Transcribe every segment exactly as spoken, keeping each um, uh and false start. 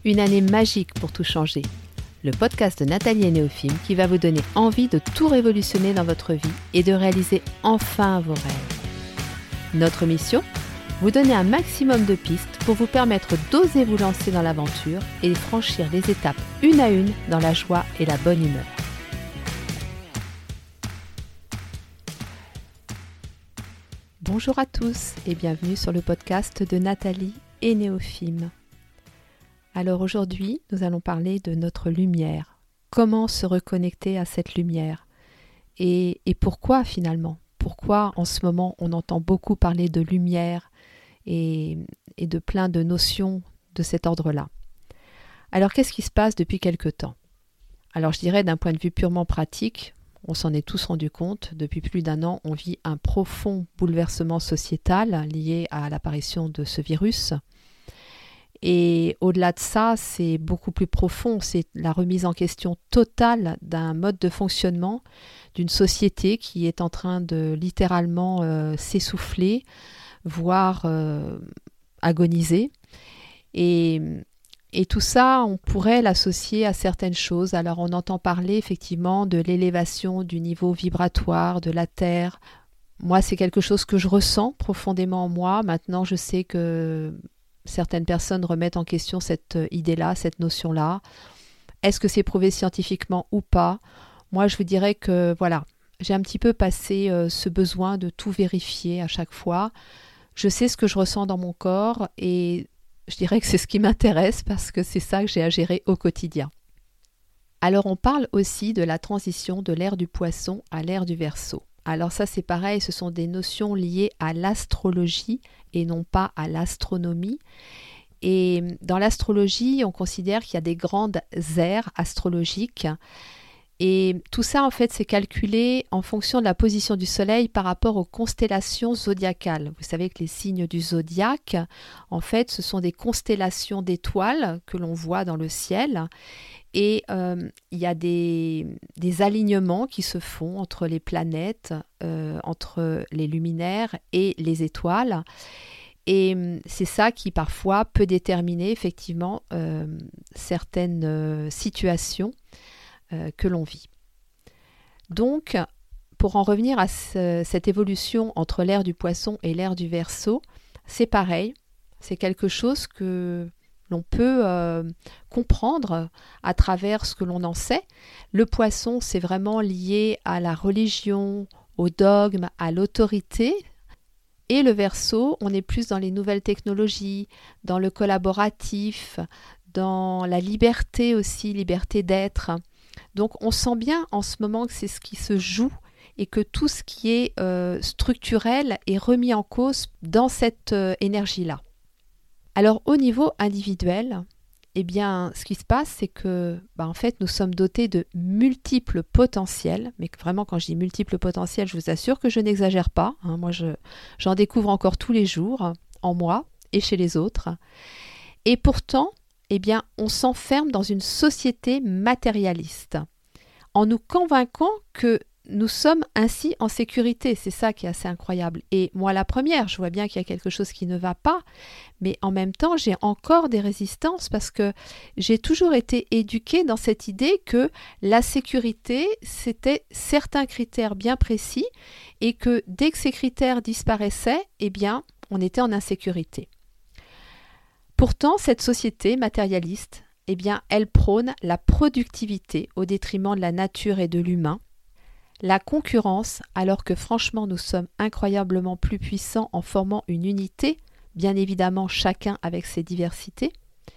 Une année magique pour tout changer. Le podcast de Nathalie et Néophime qui va vous donner envie de tout révolutionner dans votre vie et de réaliser enfin vos rêves. Notre mission ? Vous donner un maximum de pistes pour vous permettre d'oser vous lancer dans l'aventure et franchir les étapes une à une dans la joie et la bonne humeur. Bonjour à tous et bienvenue sur le podcast de Nathalie et Néophime. Alors aujourd'hui, nous allons parler de notre lumière. Comment se reconnecter à cette lumière et, et pourquoi finalement ? Pourquoi en ce moment on entend beaucoup parler de lumière et, et de plein de notions de cet ordre-là ? Alors qu'est-ce qui se passe depuis quelque temps ? Alors je dirais d'un point de vue purement pratique, on s'en est tous rendu compte, depuis plus d'un an on vit un profond bouleversement sociétal lié à l'apparition de ce virus. Et au-delà de ça, c'est beaucoup plus profond, c'est la remise en question totale d'un mode de fonctionnement, d'une société qui est en train de littéralement euh, s'essouffler, voire euh, agoniser. Et, et tout ça, on pourrait l'associer à certaines choses. Alors on entend parler effectivement de l'élévation du niveau vibratoire de la Terre. Moi, c'est quelque chose que je ressens profondément en moi. Maintenant, je sais que certaines personnes remettent en question cette idée-là, cette notion-là. Est-ce que c'est prouvé scientifiquement ou pas ? Moi, je vous dirais que voilà, j'ai un petit peu passé euh, ce besoin de tout vérifier à chaque fois. Je sais ce que je ressens dans mon corps et je dirais que c'est ce qui m'intéresse parce que c'est ça que j'ai à gérer au quotidien. Alors, on parle aussi de la transition de l'ère du Poisson à l'ère du Verseau. Alors ça, c'est pareil, ce sont des notions liées à l'astrologie et non pas à l'astronomie. Et dans l'astrologie, on considère qu'il y a des grandes aires astrologiques. Et tout ça, en fait, c'est calculé en fonction de la position du Soleil par rapport aux constellations zodiacales. Vous savez que les signes du zodiaque, en fait, ce sont des constellations d'étoiles que l'on voit dans le ciel. Et euh, il y a des, des alignements qui se font entre les planètes, euh, entre les luminaires et les étoiles. Et c'est ça qui parfois peut déterminer effectivement euh, certaines euh, situations euh, que l'on vit. Donc, pour en revenir à ce, cette évolution entre l'ère du Poisson et l'ère du Verseau, c'est pareil, c'est quelque chose que l'on peut euh, comprendre à travers ce que l'on en sait. Le Poisson, c'est vraiment lié à la religion, au dogme, à l'autorité. Et le Verseau, on est plus dans les nouvelles technologies, dans le collaboratif, dans la liberté aussi, liberté d'être. Donc on sent bien en ce moment que c'est ce qui se joue et que tout ce qui est euh, structurel est remis en cause dans cette euh, énergie-là. Alors au niveau individuel, eh bien, ce qui se passe, c'est que bah, en fait, nous sommes dotés de multiples potentiels, mais vraiment quand je dis multiples potentiels, je vous assure que je n'exagère pas. Hein, moi, je, j'en découvre encore tous les jours, en moi et chez les autres. Et pourtant, eh bien, on s'enferme dans une société matérialiste, en nous convainquant que nous sommes ainsi en sécurité. C'est ça qui est assez incroyable. Et moi, la première, je vois bien qu'il y a quelque chose qui ne va pas, mais en même temps, j'ai encore des résistances parce que j'ai toujours été éduquée dans cette idée que la sécurité, c'était certains critères bien précis et que dès que ces critères disparaissaient, eh bien, on était en insécurité. Pourtant, cette société matérialiste, eh bien, elle prône la productivité au détriment de la nature et de l'humain, la concurrence, alors que franchement nous sommes incroyablement plus puissants en formant une unité, bien évidemment chacun avec ses diversités,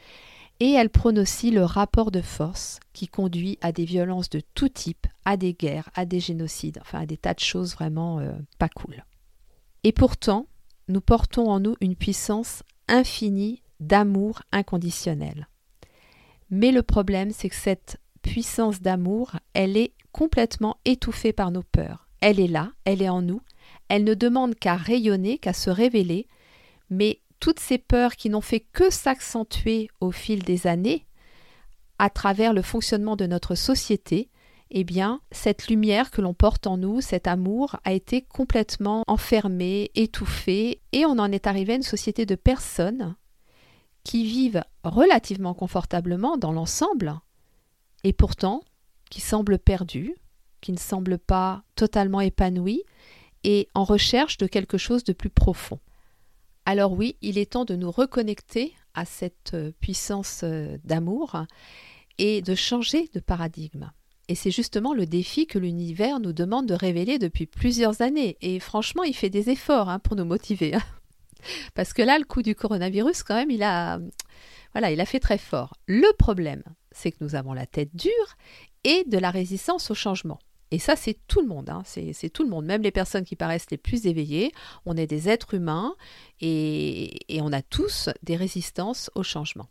et elle prône aussi le rapport de force qui conduit à des violences de tout type, à des guerres, à des génocides, enfin à des tas de choses vraiment euh, pas cool. Et pourtant, nous portons en nous une puissance infinie d'amour inconditionnel. Mais le problème, c'est que cette puissance d'amour, elle est complètement étouffée par nos peurs. Elle est là, elle est en nous, elle ne demande qu'à rayonner, qu'à se révéler, mais toutes ces peurs qui n'ont fait que s'accentuer au fil des années, à travers le fonctionnement de notre société, eh bien, cette lumière que l'on porte en nous, cet amour, a été complètement enfermée, étouffée, et on en est arrivé à une société de personnes qui vivent relativement confortablement dans l'ensemble et pourtant qui semblent perdus, qui ne semblent pas totalement épanouis et en recherche de quelque chose de plus profond. Alors oui, il est temps de nous reconnecter à cette puissance d'amour et de changer de paradigme. Et c'est justement le défi que l'univers nous demande de révéler depuis plusieurs années. Et franchement, il fait des efforts hein, pour nous motiver. Hein. Parce que là, le coup du coronavirus, quand même, il a, voilà, il a fait très fort. Le problème, c'est que nous avons la tête dure et de la résistance au changement. Et ça, c'est tout le monde, hein. c'est, c'est tout le monde, même les personnes qui paraissent les plus éveillées. On est des êtres humains et, et on a tous des résistances au changement.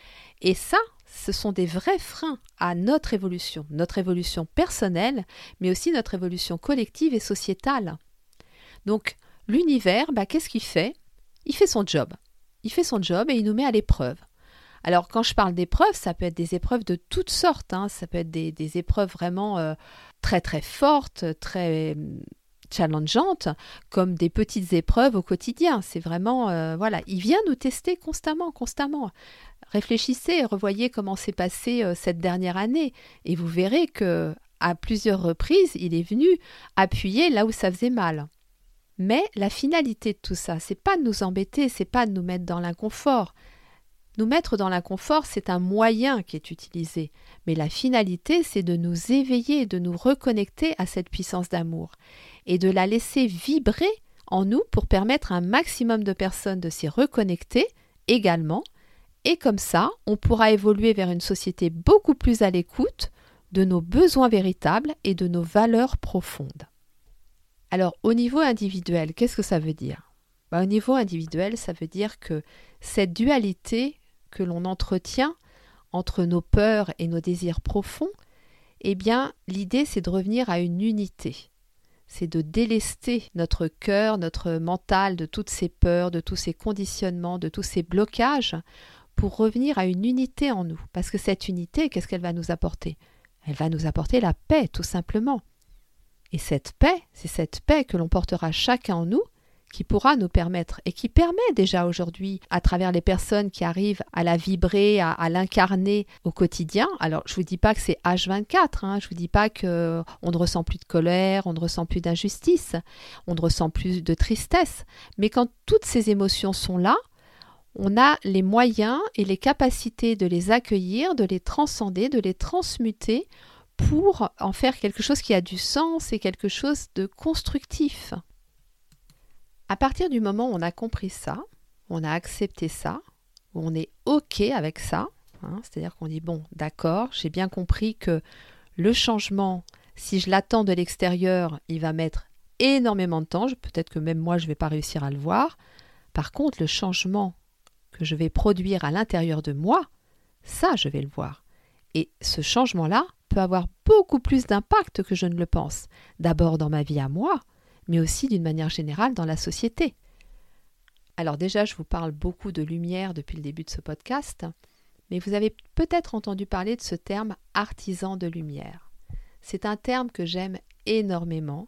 Et ça, ce sont des vrais freins à notre évolution, notre évolution personnelle, mais aussi notre évolution collective et sociétale. Donc, l'univers, bah, qu'est-ce qu'il fait ? Il fait son job. Il fait son job et il nous met à l'épreuve. Alors, quand je parle d'épreuves, ça peut être des épreuves de toutes sortes. Hein. Ça peut être des, des épreuves vraiment euh, très, très fortes, très euh, challengeantes, comme des petites épreuves au quotidien. C'est vraiment, euh, voilà, il vient nous tester constamment, constamment. Réfléchissez et revoyez comment s'est passée euh, cette dernière année. Et vous verrez que à plusieurs reprises, il est venu appuyer là où ça faisait mal. Mais la finalité de tout ça, c'est pas de nous embêter, c'est pas de nous mettre dans l'inconfort. Nous mettre dans l'inconfort, c'est un moyen qui est utilisé. Mais la finalité, c'est de nous éveiller, de nous reconnecter à cette puissance d'amour et de la laisser vibrer en nous pour permettre à un maximum de personnes de s'y reconnecter également. Et comme ça, on pourra évoluer vers une société beaucoup plus à l'écoute de nos besoins véritables et de nos valeurs profondes. Alors, au niveau individuel, qu'est-ce que ça veut dire ? Bah, au niveau individuel, ça veut dire que cette dualité que l'on entretient entre nos peurs et nos désirs profonds, eh bien, l'idée, c'est de revenir à une unité. C'est de délester notre cœur, notre mental de toutes ces peurs, de tous ces conditionnements, de tous ces blocages, pour revenir à une unité en nous. Parce que cette unité, qu'est-ce qu'elle va nous apporter ? Elle va nous apporter la paix, tout simplement. Et cette paix, c'est cette paix que l'on portera chacun en nous, qui pourra nous permettre, et qui permet déjà aujourd'hui, à travers les personnes qui arrivent à la vibrer, à, à l'incarner au quotidien. Alors, je ne vous dis pas que c'est H vingt-quatre, hein, je ne vous dis pas qu'on ne ressent plus de colère, on ne ressent plus d'injustice, on ne ressent plus de tristesse. Mais quand toutes ces émotions sont là, on a les moyens et les capacités de les accueillir, de les transcender, de les transmuter pour en faire quelque chose qui a du sens et quelque chose de constructif. À partir du moment où on a compris ça, on a accepté ça, où on est OK avec ça, hein, c'est-à-dire qu'on dit bon, d'accord, j'ai bien compris que le changement, si je l'attends de l'extérieur, il va mettre énormément de temps, peut-être que même moi je ne vais pas réussir à le voir. Par contre, le changement que je vais produire à l'intérieur de moi, ça je vais le voir. Et ce changement-là peut avoir beaucoup plus d'impact que je ne le pense. D'abord dans ma vie à moi, mais aussi d'une manière générale dans la société. Alors déjà, je vous parle beaucoup de lumière depuis le début de ce podcast, mais vous avez peut-être entendu parler de ce terme artisan de lumière. C'est un terme que j'aime énormément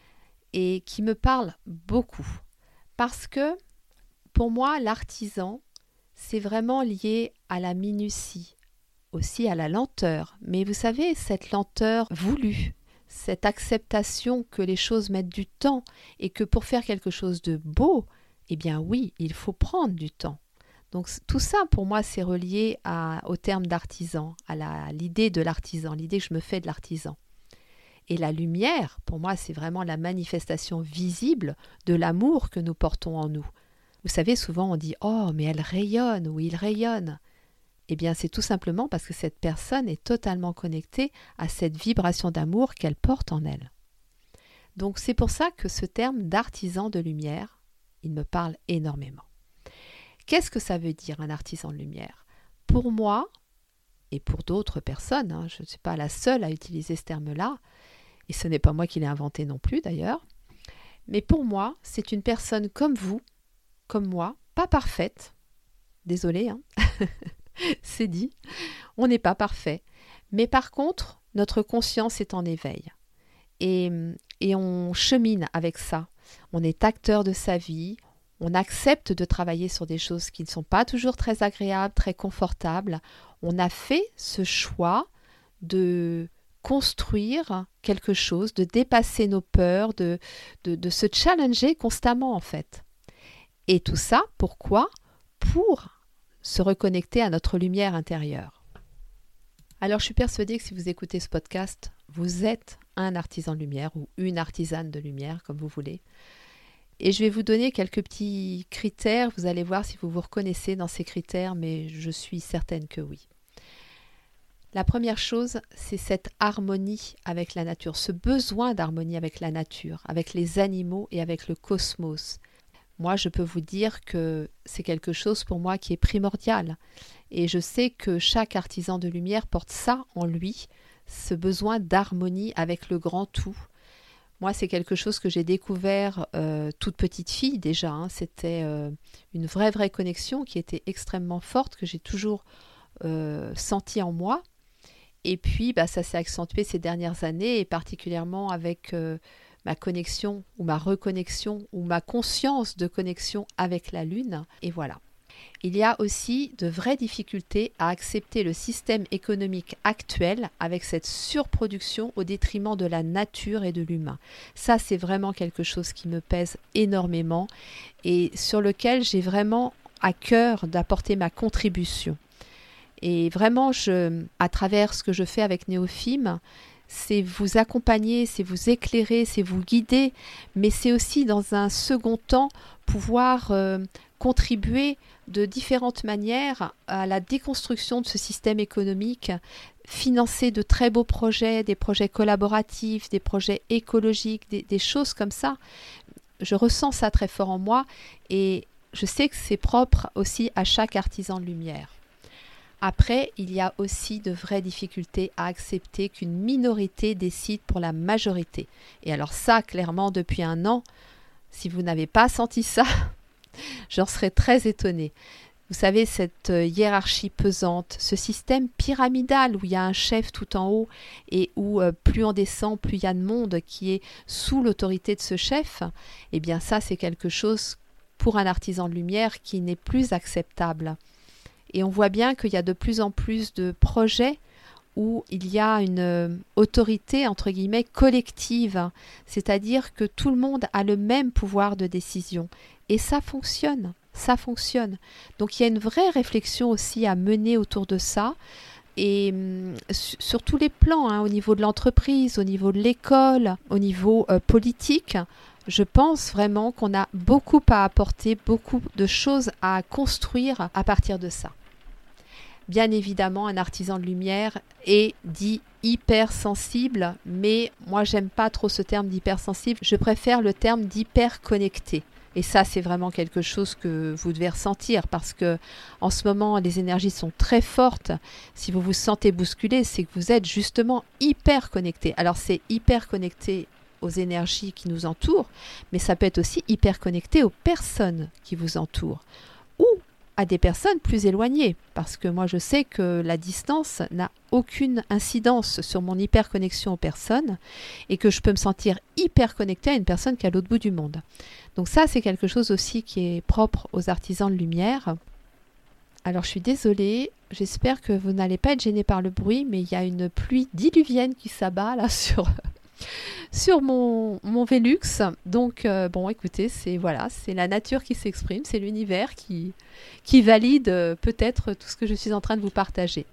et qui me parle beaucoup. Parce que pour moi, l'artisan, c'est vraiment lié à la minutie, aussi à la lenteur. Mais vous savez, cette lenteur voulue, cette acceptation que les choses mettent du temps et que pour faire quelque chose de beau, eh bien oui, il faut prendre du temps. Donc tout ça, pour moi, c'est relié à, au terme d'artisan, à, la, à l'idée de l'artisan, l'idée que je me fais de l'artisan. Et la lumière, pour moi, c'est vraiment la manifestation visible de l'amour que nous portons en nous. Vous savez, souvent on dit « Oh, mais elle rayonne » ou « il rayonne ». Eh bien, c'est tout simplement parce que cette personne est totalement connectée à cette vibration d'amour qu'elle porte en elle. Donc, c'est pour ça que ce terme d'artisan de lumière, il me parle énormément. Qu'est-ce que ça veut dire, un artisan de lumière ? Pour moi, et pour d'autres personnes, hein, je ne suis pas la seule à utiliser ce terme-là, et ce n'est pas moi qui l'ai inventé non plus d'ailleurs, mais pour moi, c'est une personne comme vous, comme moi, pas parfaite, désolée, hein c'est dit, on n'est pas parfait. Mais par contre, notre conscience est en éveil. Et, et on chemine avec ça. On est acteur de sa vie, On accepte de travailler sur des choses qui ne sont pas toujours très agréables, très confortables. On a fait ce choix de construire quelque chose, de dépasser nos peurs, de, de, de se challenger constamment en fait. Et tout ça, pourquoi ? Pour se reconnecter à notre lumière intérieure. Alors je suis persuadée que si vous écoutez ce podcast, vous êtes un artisan de lumière ou une artisane de lumière, comme vous voulez. Et je vais vous donner quelques petits critères, vous allez voir si vous vous reconnaissez dans ces critères, mais je suis certaine que oui. La première chose, c'est cette harmonie avec la nature, ce besoin d'harmonie avec la nature, avec les animaux et avec le cosmos. Moi, je peux vous dire que c'est quelque chose pour moi qui est primordial. Et je sais que chaque artisan de lumière porte ça en lui, ce besoin d'harmonie avec le grand tout. Moi, c'est quelque chose que j'ai découvert euh, toute petite fille déjà. Hein. C'était euh, une vraie, vraie connexion qui était extrêmement forte, que j'ai toujours euh, sentie en moi. Et puis, bah, ça s'est accentué ces dernières années, et particulièrement avec euh, ma connexion ou ma reconnexion ou ma conscience de connexion avec la Lune. Et voilà. Il y a aussi de vraies difficultés à accepter le système économique actuel avec cette surproduction au détriment de la nature et de l'humain. Ça, c'est vraiment quelque chose qui me pèse énormément et sur lequel j'ai vraiment à cœur d'apporter ma contribution. Et vraiment, je, à travers ce que je fais avec Néophime, c'est vous accompagner, c'est vous éclairer, c'est vous guider, mais c'est aussi dans un second temps pouvoir euh, contribuer de différentes manières à la déconstruction de ce système économique, financer de très beaux projets, des projets collaboratifs, des projets écologiques, des, des choses comme ça. Je ressens ça très fort en moi et je sais que c'est propre aussi à chaque artisan de lumière. Après, il y a aussi de vraies difficultés à accepter qu'une minorité décide pour la majorité. Et alors ça, clairement, depuis un an, si vous n'avez pas senti ça, j'en serais très étonnée. Vous savez, cette hiérarchie pesante, ce système pyramidal où il y a un chef tout en haut et où euh, plus on descend, plus il y a de monde qui est sous l'autorité de ce chef, eh bien ça, c'est quelque chose pour un artisan de lumière qui n'est plus acceptable. Et on voit bien qu'il y a de plus en plus de projets où il y a une euh, autorité, entre guillemets, collective, c'est-à-dire que tout le monde a le même pouvoir de décision. Et ça fonctionne, ça fonctionne. Donc il y a une vraie réflexion aussi à mener autour de ça, et hum, sur, sur tous les plans, hein, au niveau de l'entreprise, au niveau de l'école, au niveau euh, politique. Je pense vraiment qu'on a beaucoup à apporter, beaucoup de choses à construire à partir de ça. Bien évidemment, un artisan de lumière est dit hypersensible, mais moi, j'aime pas trop ce terme d'hypersensible. Je préfère le terme d'hyperconnecté. Et ça, c'est vraiment quelque chose que vous devez ressentir parce que en ce moment, les énergies sont très fortes. Si vous vous sentez bousculé, c'est que vous êtes justement hyper connecté. Alors, c'est hyper connecté aux énergies qui nous entourent, mais ça peut être aussi hyper connecté aux personnes qui vous entourent ou à des personnes plus éloignées, parce que moi je sais que la distance n'a aucune incidence sur mon hyper connexion aux personnes et que je peux me sentir hyper connectée à une personne qui est à l'autre bout du monde. Donc ça, c'est quelque chose aussi qui est propre aux artisans de lumière. Alors je suis désolée, j'espère que vous n'allez pas être gênés par le bruit, mais il y a une pluie diluvienne qui s'abat là sur sur mon, mon Velux. Donc euh, bon, écoutez, c'est voilà, c'est la nature qui s'exprime, c'est l'univers qui, qui valide euh, peut-être tout ce que je suis en train de vous partager.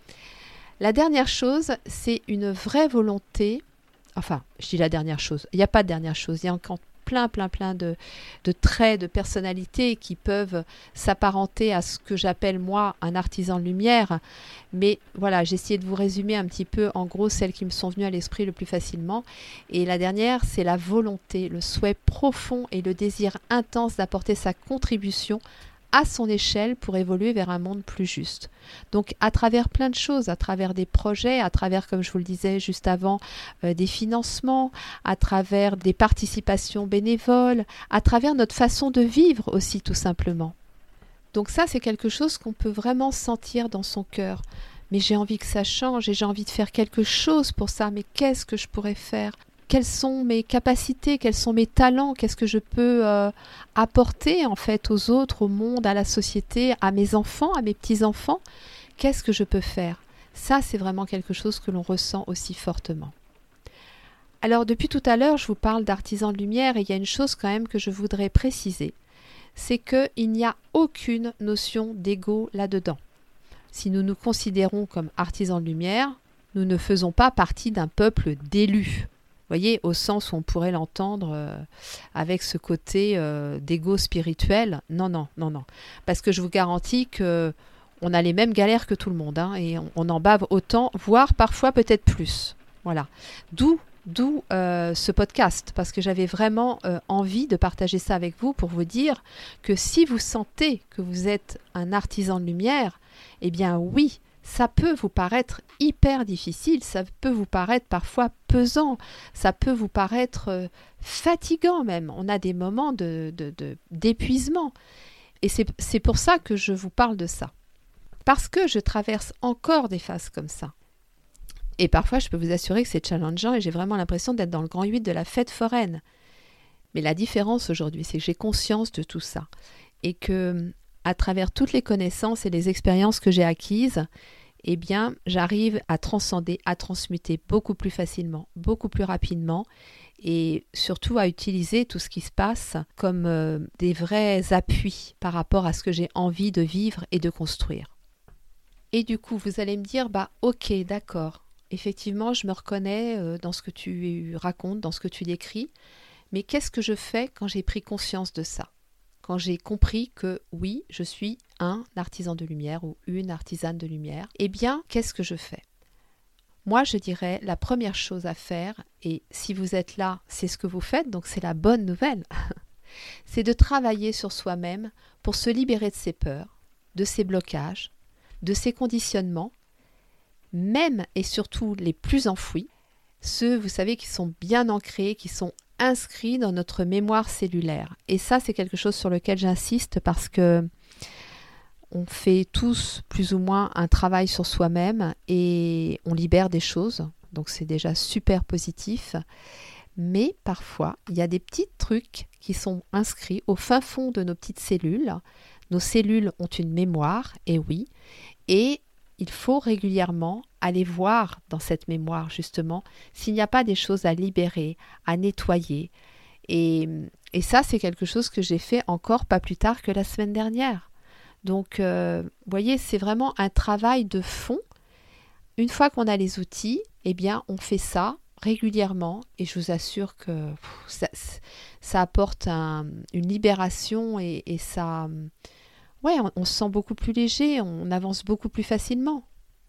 La dernière chose, c'est une vraie volonté, enfin, je dis la dernière chose, il n'y a pas de dernière chose, il y a encore plein, plein, plein de, de traits de personnalité qui peuvent s'apparenter à ce que j'appelle moi un artisan de lumière. Mais voilà, j'ai essayé de vous résumer un petit peu en gros celles qui me sont venues à l'esprit le plus facilement. Et la dernière, c'est la volonté, le souhait profond et le désir intense d'apporter sa contribution à son échelle pour évoluer vers un monde plus juste. Donc à travers plein de choses, à travers des projets, à travers, comme je vous le disais juste avant, euh, des financements, à travers des participations bénévoles, à travers notre façon de vivre aussi tout simplement. Donc ça, c'est quelque chose qu'on peut vraiment sentir dans son cœur. Mais j'ai envie que ça change et j'ai envie de faire quelque chose pour ça. Mais qu'est-ce que je pourrais faire ? quelles sont mes capacités, quels sont mes talents, qu'est-ce que je peux euh, apporter en fait aux autres, au monde, à la société, à mes enfants, à mes petits-enfants, qu'est-ce que je peux faire? Ça, c'est vraiment quelque chose que l'on ressent aussi fortement. Alors, depuis tout à l'heure, je vous parle d'artisans de lumière et il y a une chose quand même que je voudrais préciser, c'est qu'il n'y a aucune notion d'ego là-dedans. Si nous nous considérons comme artisans de lumière, nous ne faisons pas partie d'un peuple d'élus. Vous voyez, au sens où on pourrait l'entendre euh, avec ce côté euh, d'ego spirituel. Non, non, non, non. Parce que je vous garantis que on a les mêmes galères que tout le monde, hein, et on, on en bave autant, voire parfois peut-être plus. Voilà. D'où, d'où euh, ce podcast, parce que j'avais vraiment euh, envie de partager ça avec vous pour vous dire que si vous sentez que vous êtes un artisan de lumière, eh bien oui, ça peut vous paraître hyper difficile, ça peut vous paraître parfois pesant, ça peut vous paraître euh, fatigant même. On a des moments de, de, de, d'épuisement. Et c'est, c'est pour ça que je vous parle de ça. Parce que je traverse encore des phases comme ça. Et parfois, je peux vous assurer que c'est challengeant et j'ai vraiment l'impression d'être dans le grand huit de la fête foraine. Mais la différence aujourd'hui, c'est que j'ai conscience de tout ça. Et que, à travers toutes les connaissances et les expériences que j'ai acquises, eh bien, j'arrive à transcender, à transmuter beaucoup plus facilement, beaucoup plus rapidement et surtout à utiliser tout ce qui se passe comme euh, des vrais appuis par rapport à ce que j'ai envie de vivre et de construire. Et du coup, vous allez me dire, bah ok, d'accord, effectivement, je me reconnais euh, dans ce que tu racontes, dans ce que tu décris, mais qu'est-ce que je fais quand j'ai pris conscience de ça? Quand j'ai compris que oui, je suis un artisan de lumière ou une artisane de lumière, eh bien, qu'est-ce que je fais? Moi, je dirais la première chose à faire, et si vous êtes là, c'est ce que vous faites, donc c'est la bonne nouvelle, c'est de travailler sur soi-même pour se libérer de ses peurs, de ses blocages, de ces conditionnements, même et surtout les plus enfouis, ceux, vous savez, qui sont bien ancrés, qui sont inscrits dans notre mémoire cellulaire. Et ça, c'est quelque chose sur lequel j'insiste parce que on fait tous plus ou moins un travail sur soi-même et on libère des choses, donc c'est déjà super positif. Mais parfois, il y a des petits trucs qui sont inscrits au fin fond de nos petites cellules. Nos cellules ont une mémoire, et oui, et il faut régulièrement aller voir dans cette mémoire justement s'il n'y a pas des choses à libérer, à nettoyer. Et, et ça, c'est quelque chose que j'ai fait encore pas plus tard que la semaine dernière. Donc, euh, vous voyez, c'est vraiment un travail de fond. Une fois qu'on a les outils, eh bien, on fait ça régulièrement et je vous assure que pff, ça, ça apporte un, une libération et, et ça... Ouais, on, on se sent beaucoup plus léger, on avance beaucoup plus facilement.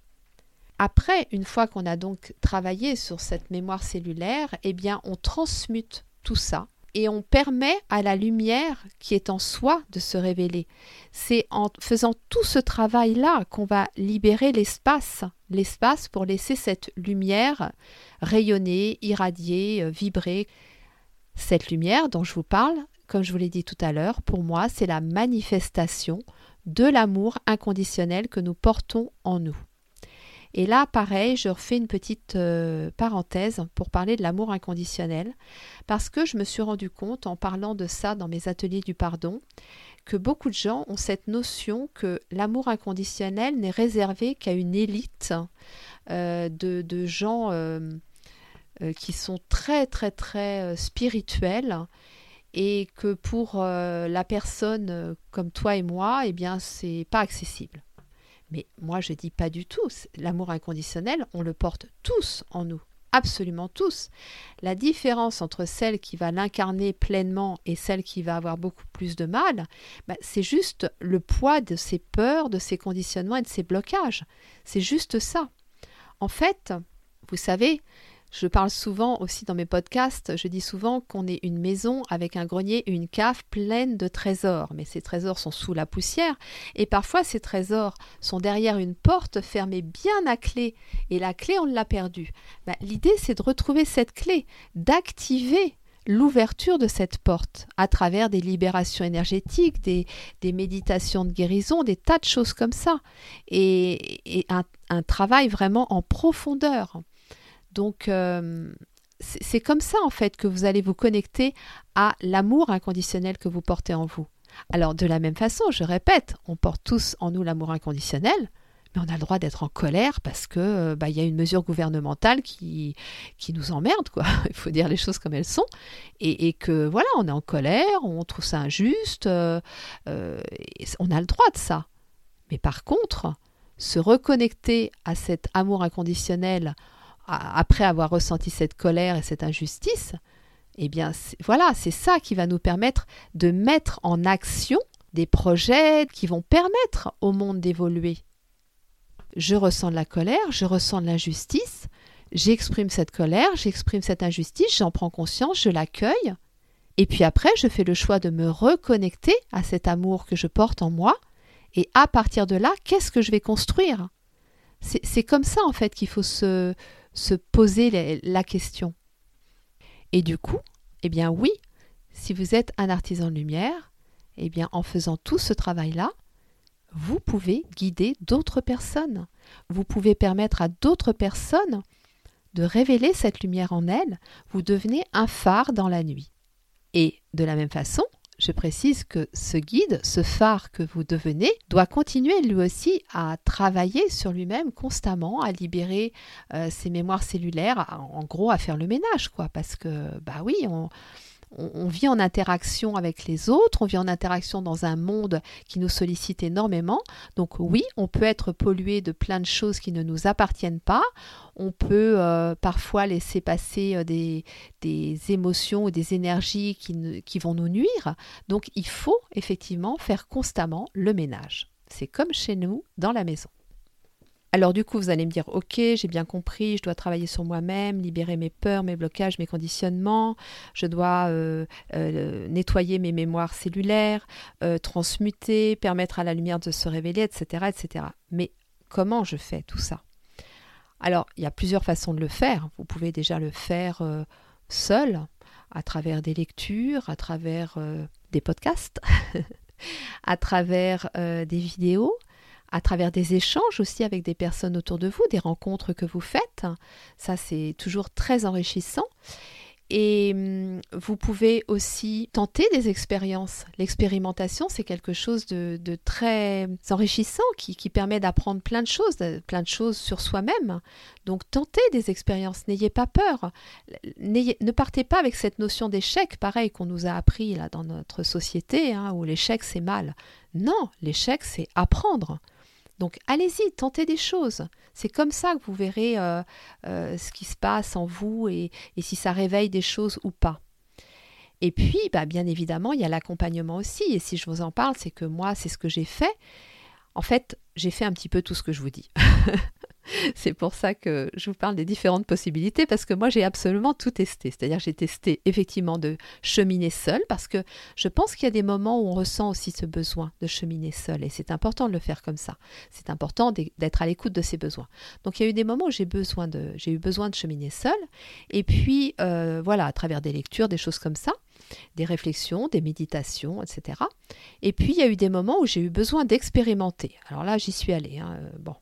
Après, une fois qu'on a donc travaillé sur cette mémoire cellulaire, eh bien, on transmute tout ça et on permet à la lumière qui est en soi de se révéler. C'est en faisant tout ce travail-là qu'on va libérer l'espace, l'espace pour laisser cette lumière rayonner, irradier, vibrer. Cette lumière dont je vous parle, comme je vous l'ai dit tout à l'heure, pour moi, c'est la manifestation de l'amour inconditionnel que nous portons en nous. Et là, pareil, je refais une petite euh, parenthèse pour parler de l'amour inconditionnel, parce que je me suis rendu compte, en parlant de ça dans mes ateliers du pardon, que beaucoup de gens ont cette notion que l'amour inconditionnel n'est réservé qu'à une élite euh, de, de gens euh, euh, qui sont très, très, très euh, spirituels, et que pour euh, la personne euh, comme toi et moi, eh bien, c'est pas accessible. Mais moi, je dis pas du tout. L'amour inconditionnel, on le porte tous en nous, absolument tous. La différence entre celle qui va l'incarner pleinement et celle qui va avoir beaucoup plus de mal, bah, c'est juste le poids de ses peurs, de ses conditionnements et de ses blocages. C'est juste ça. En fait, vous savez, je parle souvent aussi dans mes podcasts, je dis souvent qu'on est une maison avec un grenier et une cave pleine de trésors. Mais ces trésors sont sous la poussière et parfois ces trésors sont derrière une porte fermée bien à clé et la clé on l'a perdue. Ben, l'idée c'est de retrouver cette clé, d'activer l'ouverture de cette porte à travers des libérations énergétiques, des, des méditations de guérison, des tas de choses comme ça et, et un, un travail vraiment en profondeur. Donc, euh, c'est, c'est comme ça en fait que vous allez vous connecter à l'amour inconditionnel que vous portez en vous. Alors de la même façon, je répète, on porte tous en nous l'amour inconditionnel, mais on a le droit d'être en colère parce que bah, y a une mesure gouvernementale qui, qui nous emmerde, quoi. Il faut dire les choses comme elles sont. Et, et que voilà, on est en colère, on trouve ça injuste, euh, euh, on a le droit de ça. Mais par contre, se reconnecter à cet amour inconditionnel à, après avoir ressenti cette colère et cette injustice, eh bien c'est, voilà, c'est ça qui va nous permettre de mettre en action des projets qui vont permettre au monde d'évoluer. Je ressens de la colère, je ressens de l'injustice, j'exprime cette colère, j'exprime cette injustice, j'en prends conscience, je l'accueille. Et puis après, je fais le choix de me reconnecter à cet amour que je porte en moi. Et à partir de là, qu'est-ce que je vais construire ? c'est, c'est comme ça, en fait, qu'il faut se, se poser les, la question. Et du coup, eh bien oui, si vous êtes un artisan de lumière, eh bien en faisant tout ce travail-là, vous pouvez guider d'autres personnes. Vous pouvez permettre à d'autres personnes de révéler cette lumière en elles. Vous devenez un phare dans la nuit. Et de la même façon, je précise que ce guide, ce phare que vous devenez, doit continuer lui aussi à travailler sur lui-même constamment, à libérer euh, ses mémoires cellulaires, à, en gros à faire le ménage, quoi. Parce que, bah oui, on... on vit en interaction avec les autres, on vit en interaction dans un monde qui nous sollicite énormément. Donc oui, on peut être pollué de plein de choses qui ne nous appartiennent pas. On peut euh, parfois laisser passer euh, des, des émotions ou des énergies qui, ne, qui vont nous nuire. Donc il faut effectivement faire constamment le ménage. C'est comme chez nous, dans la maison. Alors du coup, vous allez me dire, ok, j'ai bien compris, je dois travailler sur moi-même, libérer mes peurs, mes blocages, mes conditionnements, je dois euh, euh, nettoyer mes mémoires cellulaires, euh, transmuter, permettre à la lumière de se révéler, et cetera, et cetera. Mais comment je fais tout ça ? Alors, il y a plusieurs façons de le faire. Vous pouvez déjà le faire euh, seul, à travers des lectures, à travers euh, des podcasts, à travers euh, des vidéos, à travers des échanges aussi avec des personnes autour de vous, des rencontres que vous faites. Ça, c'est toujours très enrichissant. Et hum, vous pouvez aussi tenter des expériences. L'expérimentation, c'est quelque chose de, de très enrichissant qui, qui permet d'apprendre plein de choses, plein de choses sur soi-même. Donc, tentez des expériences, n'ayez pas peur. N'ayez, ne partez pas avec cette notion d'échec, pareil qu'on nous a appris là, dans notre société, hein, où l'échec, c'est mal. Non, l'échec, c'est apprendre. Donc allez-y, tentez des choses. C'est comme ça que vous verrez euh, euh, ce qui se passe en vous et, et si ça réveille des choses ou pas. Et puis, bah, bien évidemment, il y a l'accompagnement aussi. Et si je vous en parle, c'est que moi, c'est ce que j'ai fait. En fait, j'ai fait un petit peu tout ce que je vous dis. C'est pour ça que je vous parle des différentes possibilités, parce que moi, j'ai absolument tout testé. C'est-à-dire, j'ai testé effectivement de cheminer seul, parce que je pense qu'il y a des moments où on ressent aussi ce besoin de cheminer seul. Et c'est important de le faire comme ça. C'est important d'être à l'écoute de ses besoins. Donc, il y a eu des moments où j'ai besoin de, j'ai eu besoin de cheminer seul. Et puis, euh, voilà, à travers des lectures, des choses comme ça, des réflexions, des méditations, et cetera. Et puis, il y a eu des moments où j'ai eu besoin d'expérimenter. Alors là, j'y suis allée. Hein, euh, bon.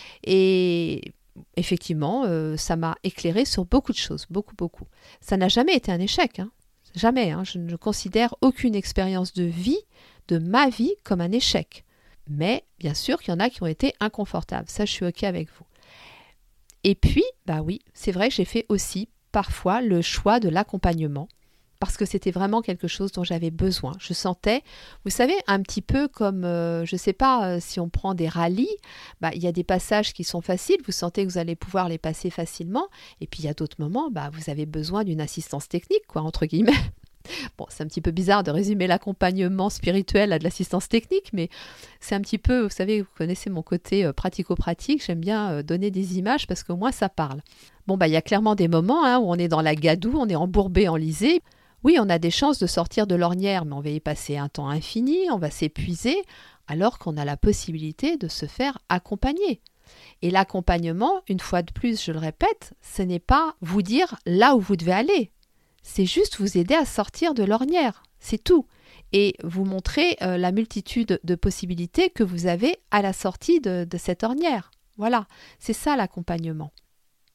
Et effectivement, euh, ça m'a éclairé sur beaucoup de choses, beaucoup, beaucoup. Ça n'a jamais été un échec, hein. Jamais. Hein. Je ne considère aucune expérience de vie, de ma vie, comme un échec. Mais bien sûr qu'il y en a qui ont été inconfortables. Ça, je suis OK avec vous. Et puis, bah oui, c'est vrai que j'ai fait aussi parfois le choix de l'accompagnement, parce que c'était vraiment quelque chose dont j'avais besoin. Je sentais, vous savez, un petit peu comme, euh, je ne sais pas, euh, si on prend des rallyes, bah, il y a des passages qui sont faciles, vous sentez que vous allez pouvoir les passer facilement, et puis il y a d'autres moments, bah, vous avez besoin d'une assistance technique, quoi, entre guillemets. Bon, c'est un petit peu bizarre de résumer l'accompagnement spirituel à de l'assistance technique, mais c'est un petit peu, vous savez, vous connaissez mon côté euh, pratico-pratique, j'aime bien euh, donner des images parce qu'au moins ça parle. Bon, bah, il y a clairement des moments hein, où on est dans la gadoue, on est embourbé, enlisé. Oui, on a des chances de sortir de l'ornière, mais on va y passer un temps infini, on va s'épuiser, alors qu'on a la possibilité de se faire accompagner. Et l'accompagnement, une fois de plus, je le répète, ce n'est pas vous dire là où vous devez aller. C'est juste vous aider à sortir de l'ornière, c'est tout. Et vous montrer euh, la multitude de possibilités que vous avez à la sortie de, de cette ornière. Voilà, c'est ça l'accompagnement.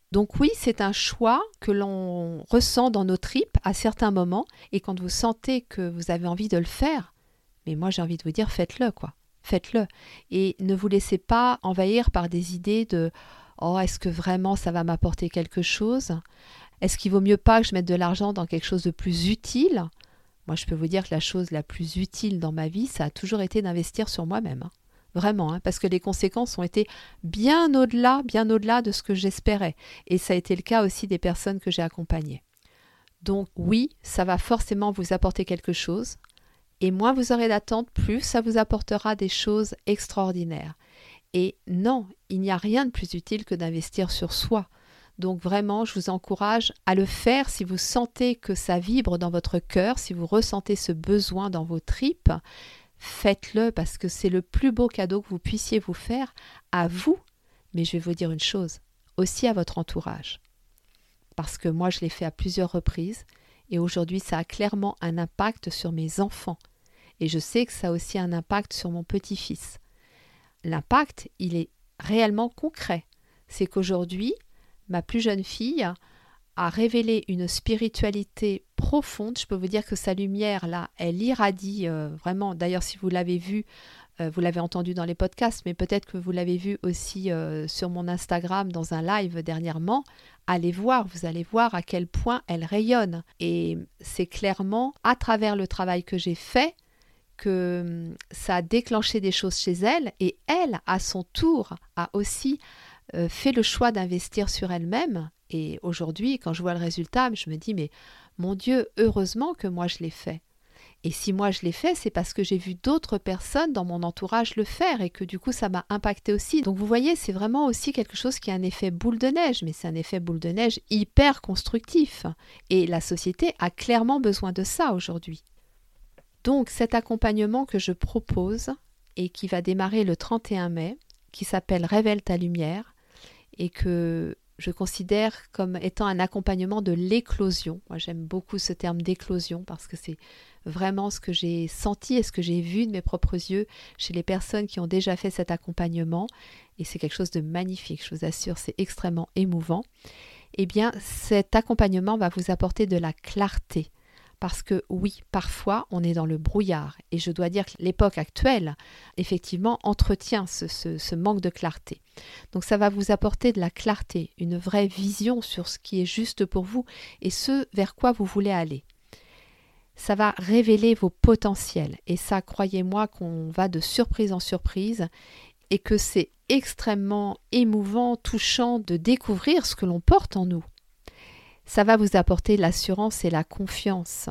Donc oui, c'est un choix que l'on ressent dans nos tripes à certains moments, et quand vous sentez que vous avez envie de le faire, mais moi j'ai envie de vous dire, faites-le quoi, faites-le. Et ne vous laissez pas envahir par des idées de « Oh, est-ce que vraiment ça va m'apporter quelque chose ? Est-ce qu'il vaut mieux pas que je mette de l'argent dans quelque chose de plus utile ?» Moi je peux vous dire que la chose la plus utile dans ma vie, ça a toujours été d'investir sur moi-même. Hein. Vraiment, hein, parce que les conséquences ont été bien au-delà, bien au-delà de ce que j'espérais. Et ça a été le cas aussi des personnes que j'ai accompagnées. Donc oui, ça va forcément vous apporter quelque chose. Et moins vous aurez d'attente, plus ça vous apportera des choses extraordinaires. Et non, il n'y a rien de plus utile que d'investir sur soi. Donc vraiment, je vous encourage à le faire si vous sentez que ça vibre dans votre cœur, si vous ressentez ce besoin dans vos tripes. Faites-le parce que c'est le plus beau cadeau que vous puissiez vous faire à vous, mais je vais vous dire une chose, aussi à votre entourage. Parce que moi, je l'ai fait à plusieurs reprises et aujourd'hui, ça a clairement un impact sur mes enfants. Et je sais que ça a aussi un impact sur mon petit-fils. L'impact, il est réellement concret. C'est qu'aujourd'hui, ma plus jeune fille a révélé une spiritualité profonde. Je peux vous dire que sa lumière, là, elle irradie euh, vraiment. D'ailleurs, si vous l'avez vu, euh, vous l'avez entendu dans les podcasts, mais peut-être que vous l'avez vu aussi euh, sur mon Instagram dans un live dernièrement. Allez voir, vous allez voir à quel point elle rayonne. Et c'est clairement à travers le travail que j'ai fait que ça a déclenché des choses chez elle. Et elle, à son tour, a aussi euh, fait le choix d'investir sur elle-même. Et aujourd'hui, quand je vois le résultat, je me dis, mais mon Dieu, heureusement que moi je l'ai fait. Et si moi je l'ai fait, c'est parce que j'ai vu d'autres personnes dans mon entourage le faire et que du coup, ça m'a impacté aussi. Donc vous voyez, c'est vraiment aussi quelque chose qui a un effet boule de neige, mais c'est un effet boule de neige hyper constructif. Et la société a clairement besoin de ça aujourd'hui. Donc cet accompagnement que je propose et qui va démarrer le trente et un mai, qui s'appelle Révèle ta lumière et que je considère comme étant un accompagnement de l'éclosion. Moi, j'aime beaucoup ce terme d'éclosion parce que c'est vraiment ce que j'ai senti et ce que j'ai vu de mes propres yeux chez les personnes qui ont déjà fait cet accompagnement. Et c'est quelque chose de magnifique, je vous assure, c'est extrêmement émouvant. Eh bien, cet accompagnement va vous apporter de la clarté. Parce que oui, parfois, on est dans le brouillard. Et je dois dire que l'époque actuelle, effectivement, entretient ce, ce, ce manque de clarté. Donc ça va vous apporter de la clarté, une vraie vision sur ce qui est juste pour vous et ce vers quoi vous voulez aller. Ça va révéler vos potentiels. Et ça, croyez-moi qu'on va de surprise en surprise et que c'est extrêmement émouvant, touchant de découvrir ce que l'on porte en nous. Ça va vous apporter l'assurance et la confiance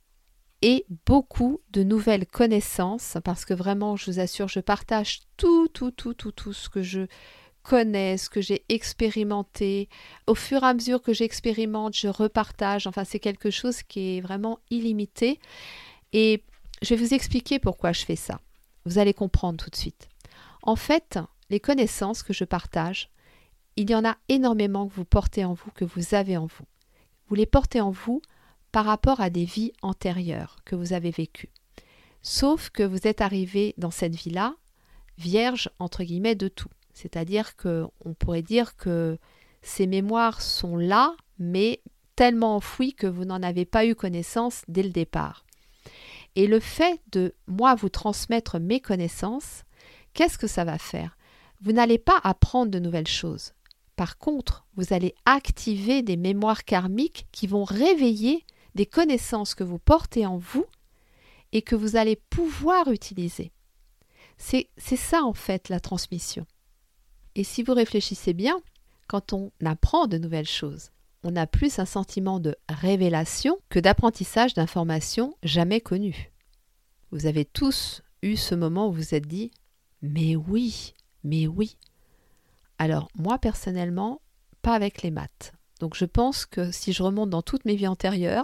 et beaucoup de nouvelles connaissances parce que vraiment, je vous assure, je partage tout, tout, tout, tout, tout ce que je connais, ce que j'ai expérimenté. Au fur et à mesure que j'expérimente, je repartage. Enfin, c'est quelque chose qui est vraiment illimité et je vais vous expliquer pourquoi je fais ça. Vous allez comprendre tout de suite. En fait, les connaissances que je partage, il y en a énormément que vous portez en vous, que vous avez en vous. Vous les portez en vous par rapport à des vies antérieures que vous avez vécues. Sauf que vous êtes arrivé dans cette vie-là vierge, entre guillemets, de tout. C'est-à-dire qu'on pourrait dire que ces mémoires sont là, mais tellement enfouies que vous n'en avez pas eu connaissance dès le départ. Et le fait de, moi, vous transmettre mes connaissances, qu'est-ce que ça va faire ? Vous n'allez pas apprendre de nouvelles choses. Par contre, vous allez activer des mémoires karmiques qui vont réveiller des connaissances que vous portez en vous et que vous allez pouvoir utiliser. C'est, c'est ça en fait la transmission. Et si vous réfléchissez bien, quand on apprend de nouvelles choses, on a plus un sentiment de révélation que d'apprentissage d'informations jamais connues. Vous avez tous eu ce moment où vous vous êtes dit « mais oui, mais oui ». Alors, moi, personnellement, pas avec les maths. Donc, je pense que si je remonte dans toutes mes vies antérieures,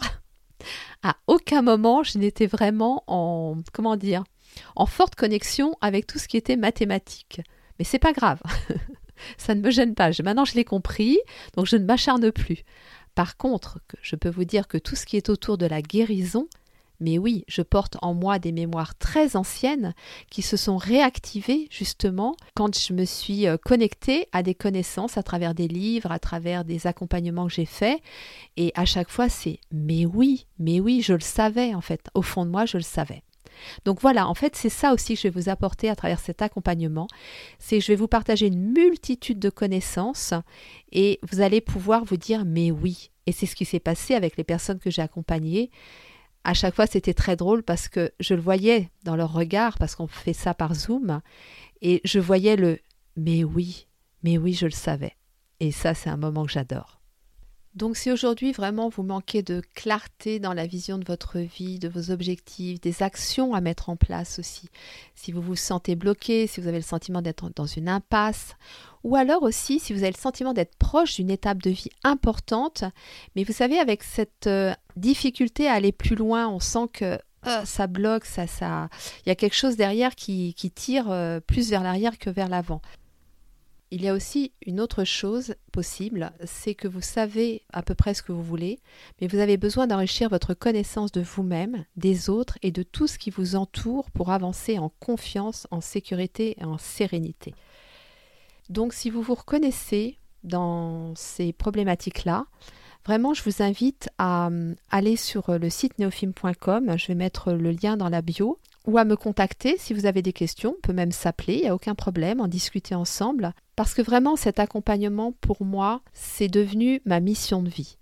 à aucun moment, je n'étais vraiment en, comment dire, en forte connexion avec tout ce qui était mathématiques. Mais c'est pas grave. Ça ne me gêne pas. Maintenant, je l'ai compris, donc je ne m'acharne plus. Par contre, je peux vous dire que tout ce qui est autour de la guérison Mais oui, je porte en moi des mémoires très anciennes qui se sont réactivées justement quand je me suis connectée à des connaissances à travers des livres, à travers des accompagnements que j'ai faits. Et à chaque fois, c'est « mais oui, mais oui, je le savais en fait. Au fond de moi, je le savais ». Donc voilà, en fait, c'est ça aussi que je vais vous apporter à travers cet accompagnement. C'est que je vais vous partager une multitude de connaissances et vous allez pouvoir vous dire « mais oui ». Et c'est ce qui s'est passé avec les personnes que j'ai accompagnées. À chaque fois, c'était très drôle parce que je le voyais dans leur regard, parce qu'on fait ça par Zoom, et je voyais le « mais oui, mais oui, je le savais ». Et ça, c'est un moment que j'adore. Donc si aujourd'hui vraiment vous manquez de clarté dans la vision de votre vie, de vos objectifs, des actions à mettre en place aussi, si vous vous sentez bloqué, si vous avez le sentiment d'être dans une impasse, ou alors aussi si vous avez le sentiment d'être proche d'une étape de vie importante, mais vous savez avec cette euh, difficulté à aller plus loin, on sent que euh, ça bloque, ça, ça, il y a quelque chose derrière qui, qui tire euh, plus vers l'arrière que vers l'avant. Il y a aussi une autre chose possible, c'est que vous savez à peu près ce que vous voulez, mais vous avez besoin d'enrichir votre connaissance de vous-même, des autres et de tout ce qui vous entoure pour avancer en confiance, en sécurité et en sérénité. Donc si vous vous reconnaissez dans ces problématiques-là, vraiment je vous invite à aller sur le site neofim point com, je vais mettre le lien dans la bio, ou à me contacter si vous avez des questions, on peut même s'appeler, il n'y a aucun problème, en discuter ensemble. Parce que vraiment cet accompagnement pour moi, c'est devenu ma mission de vie.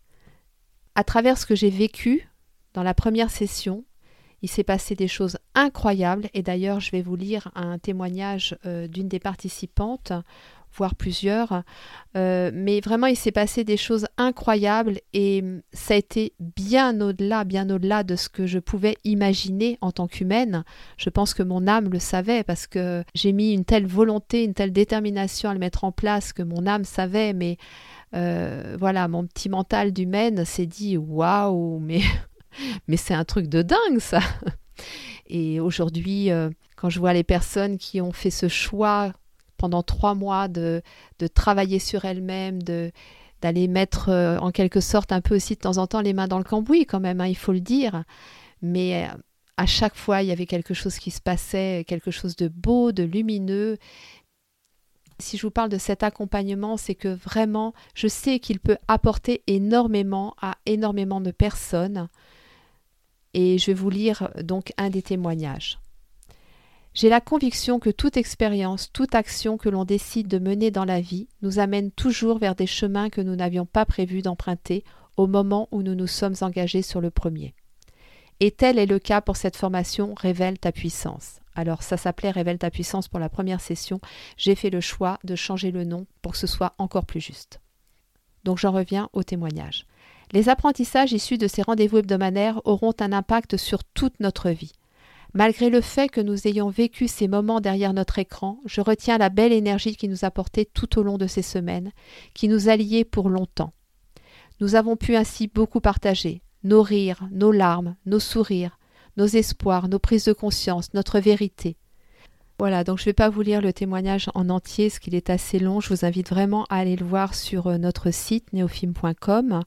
À travers ce que j'ai vécu dans la première session, il s'est passé des choses incroyables et d'ailleurs je vais vous lire un témoignage euh, d'une des participantes, voire plusieurs, euh, mais vraiment il s'est passé des choses incroyables et ça a été bien au-delà, bien au-delà de ce que je pouvais imaginer en tant qu'humaine. Je pense que mon âme le savait parce que j'ai mis une telle volonté, une telle détermination à le mettre en place que mon âme savait, mais euh, voilà, mon petit mental d'humaine s'est dit « waouh, mais, mais c'est un truc de dingue ça !» Et aujourd'hui, euh, quand je vois les personnes qui ont fait ce choix pendant trois mois de, de travailler sur elles-mêmes, de, d'aller mettre euh, en quelque sorte un peu aussi de temps en temps les mains dans le cambouis quand même, hein, il faut le dire. Mais euh, à chaque fois, il y avait quelque chose qui se passait, quelque chose de beau, de lumineux. Si je vous parle de cet accompagnement, c'est que vraiment, je sais qu'il peut apporter énormément à énormément de personnes. Et je vais vous lire donc un des témoignages. J'ai la conviction que toute expérience, toute action que l'on décide de mener dans la vie nous amène toujours vers des chemins que nous n'avions pas prévu d'emprunter au moment où nous nous sommes engagés sur le premier. Et tel est le cas pour cette formation Révèle ta puissance. Alors ça s'appelait Révèle ta puissance pour la première session. J'ai fait le choix de changer le nom pour que ce soit encore plus juste. Donc j'en reviens au témoignage. Les apprentissages issus de ces rendez-vous hebdomadaires auront un impact sur toute notre vie. Malgré le fait que nous ayons vécu ces moments derrière notre écran, je retiens la belle énergie qui nous a portés tout au long de ces semaines, qui nous a liés pour longtemps. Nous avons pu ainsi beaucoup partager, nos rires, nos larmes, nos sourires, nos espoirs, nos prises de conscience, notre vérité. Voilà, donc je ne vais pas vous lire le témoignage en entier, parce qu'il est assez long. Je vous invite vraiment à aller le voir sur notre site neofim point com.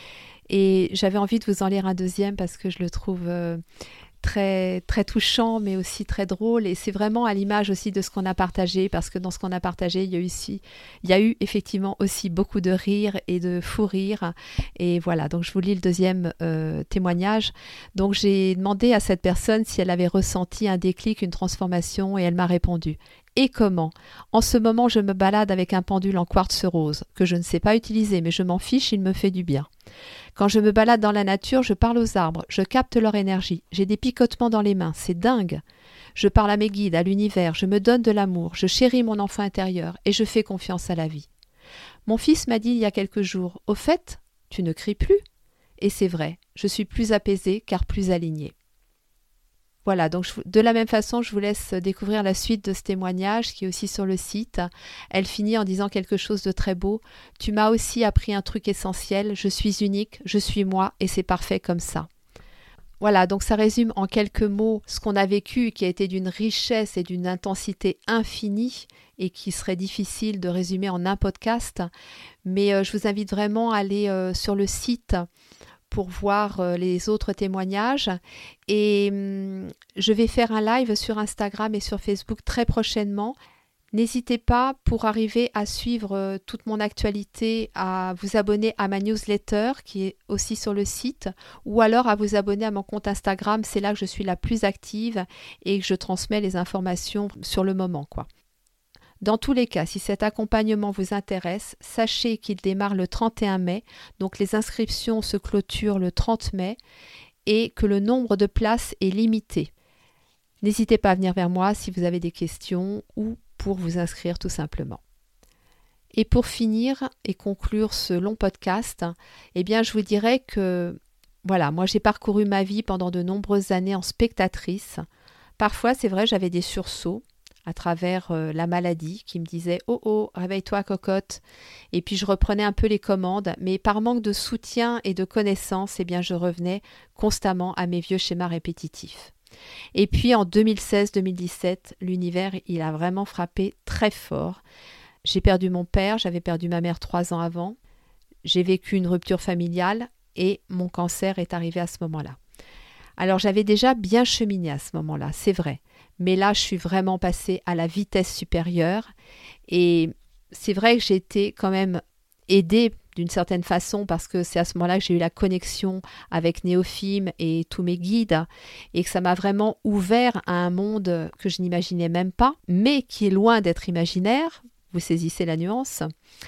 Et j'avais envie de vous en lire un deuxième parce que je le trouve euh, très, très touchant, mais aussi très drôle. Et c'est vraiment à l'image aussi de ce qu'on a partagé, parce que dans ce qu'on a partagé, il y a eu, ici, il y a eu effectivement aussi beaucoup de rire et de fou rire. Et voilà, donc je vous lis le deuxième euh, témoignage. Donc j'ai demandé à cette personne si elle avait ressenti un déclic, une transformation, et elle m'a répondu. Et comment ? En ce moment, je me balade avec un pendule en quartz rose, que je ne sais pas utiliser, mais je m'en fiche, il me fait du bien. Quand je me balade dans la nature, je parle aux arbres, je capte leur énergie, j'ai des picotements dans les mains, c'est dingue. Je parle à mes guides, à l'univers, je me donne de l'amour, je chéris mon enfant intérieur et je fais confiance à la vie. Mon fils m'a dit il y a quelques jours, « Au fait, tu ne cries plus ?» Et c'est vrai, je suis plus apaisée car plus alignée. Voilà, donc je, de la même façon, je vous laisse découvrir la suite de ce témoignage qui est aussi sur le site. Elle finit en disant quelque chose de très beau. « Tu m'as aussi appris un truc essentiel, je suis unique, je suis moi et c'est parfait comme ça. » Voilà, donc ça résume en quelques mots ce qu'on a vécu qui a été d'une richesse et d'une intensité infinie et qui serait difficile de résumer en un podcast. Mais euh, je vous invite vraiment à aller euh, sur le site pour voir euh, les autres témoignages. Et hum, je vais faire un live sur Instagram et sur Facebook très prochainement. N'hésitez pas, pour arriver à suivre euh, toute mon actualité, à vous abonner à ma newsletter qui est aussi sur le site, ou alors à vous abonner à mon compte Instagram. C'est là que je suis la plus active et que je transmets les informations sur le moment, quoi. Dans tous les cas, si cet accompagnement vous intéresse, sachez qu'il démarre le trente et un mai, donc les inscriptions se clôturent le trente mai et que le nombre de places est limité. N'hésitez pas à venir vers moi si vous avez des questions ou pour vous inscrire tout simplement. Et pour finir et conclure ce long podcast, eh bien je vous dirais que voilà, moi j'ai parcouru ma vie pendant de nombreuses années en spectatrice. Parfois, c'est vrai, j'avais des sursauts à travers euh, la maladie qui me disait « Oh oh, réveille-toi cocotte !» Et puis je reprenais un peu les commandes, mais par manque de soutien et de connaissances, eh bien je revenais constamment à mes vieux schémas répétitifs. Et puis en deux mille seize deux mille dix-sept, l'univers, il a vraiment frappé très fort. J'ai perdu mon père, j'avais perdu ma mère trois ans avant. J'ai vécu une rupture familiale et mon cancer est arrivé à ce moment-là. Alors j'avais déjà bien cheminé à ce moment-là, c'est vrai. Mais là, je suis vraiment passée à la vitesse supérieure. Et c'est vrai que j'ai été quand même aidée d'une certaine façon parce que c'est à ce moment-là que j'ai eu la connexion avec Néophime et tous mes guides et que ça m'a vraiment ouvert à un monde que je n'imaginais même pas, mais qui est loin d'être imaginaire. Vous saisissez la nuance.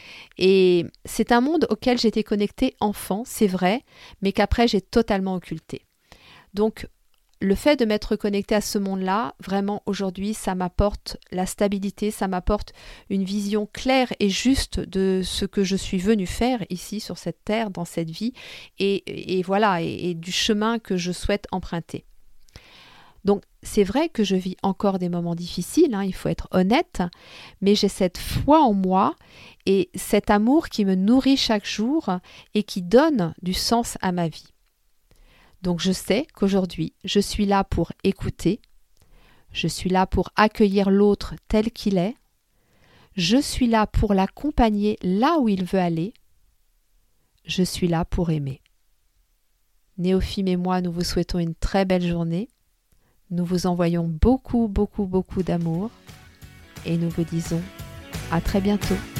Et c'est un monde auquel j'étais connectée enfant, c'est vrai, mais qu'après j'ai totalement occulté. Donc, le fait de m'être connectée à ce monde-là, vraiment aujourd'hui, ça m'apporte la stabilité, ça m'apporte une vision claire et juste de ce que je suis venue faire ici sur cette terre, dans cette vie, et, et voilà, et, et du chemin que je souhaite emprunter. Donc, c'est vrai que je vis encore des moments difficiles, hein, il faut être honnête, mais j'ai cette foi en moi et cet amour qui me nourrit chaque jour et qui donne du sens à ma vie. Donc je sais qu'aujourd'hui, je suis là pour écouter, je suis là pour accueillir l'autre tel qu'il est, je suis là pour l'accompagner là où il veut aller, je suis là pour aimer. Néophime et moi, nous vous souhaitons une très belle journée, nous vous envoyons beaucoup, beaucoup, beaucoup d'amour et nous vous disons à très bientôt.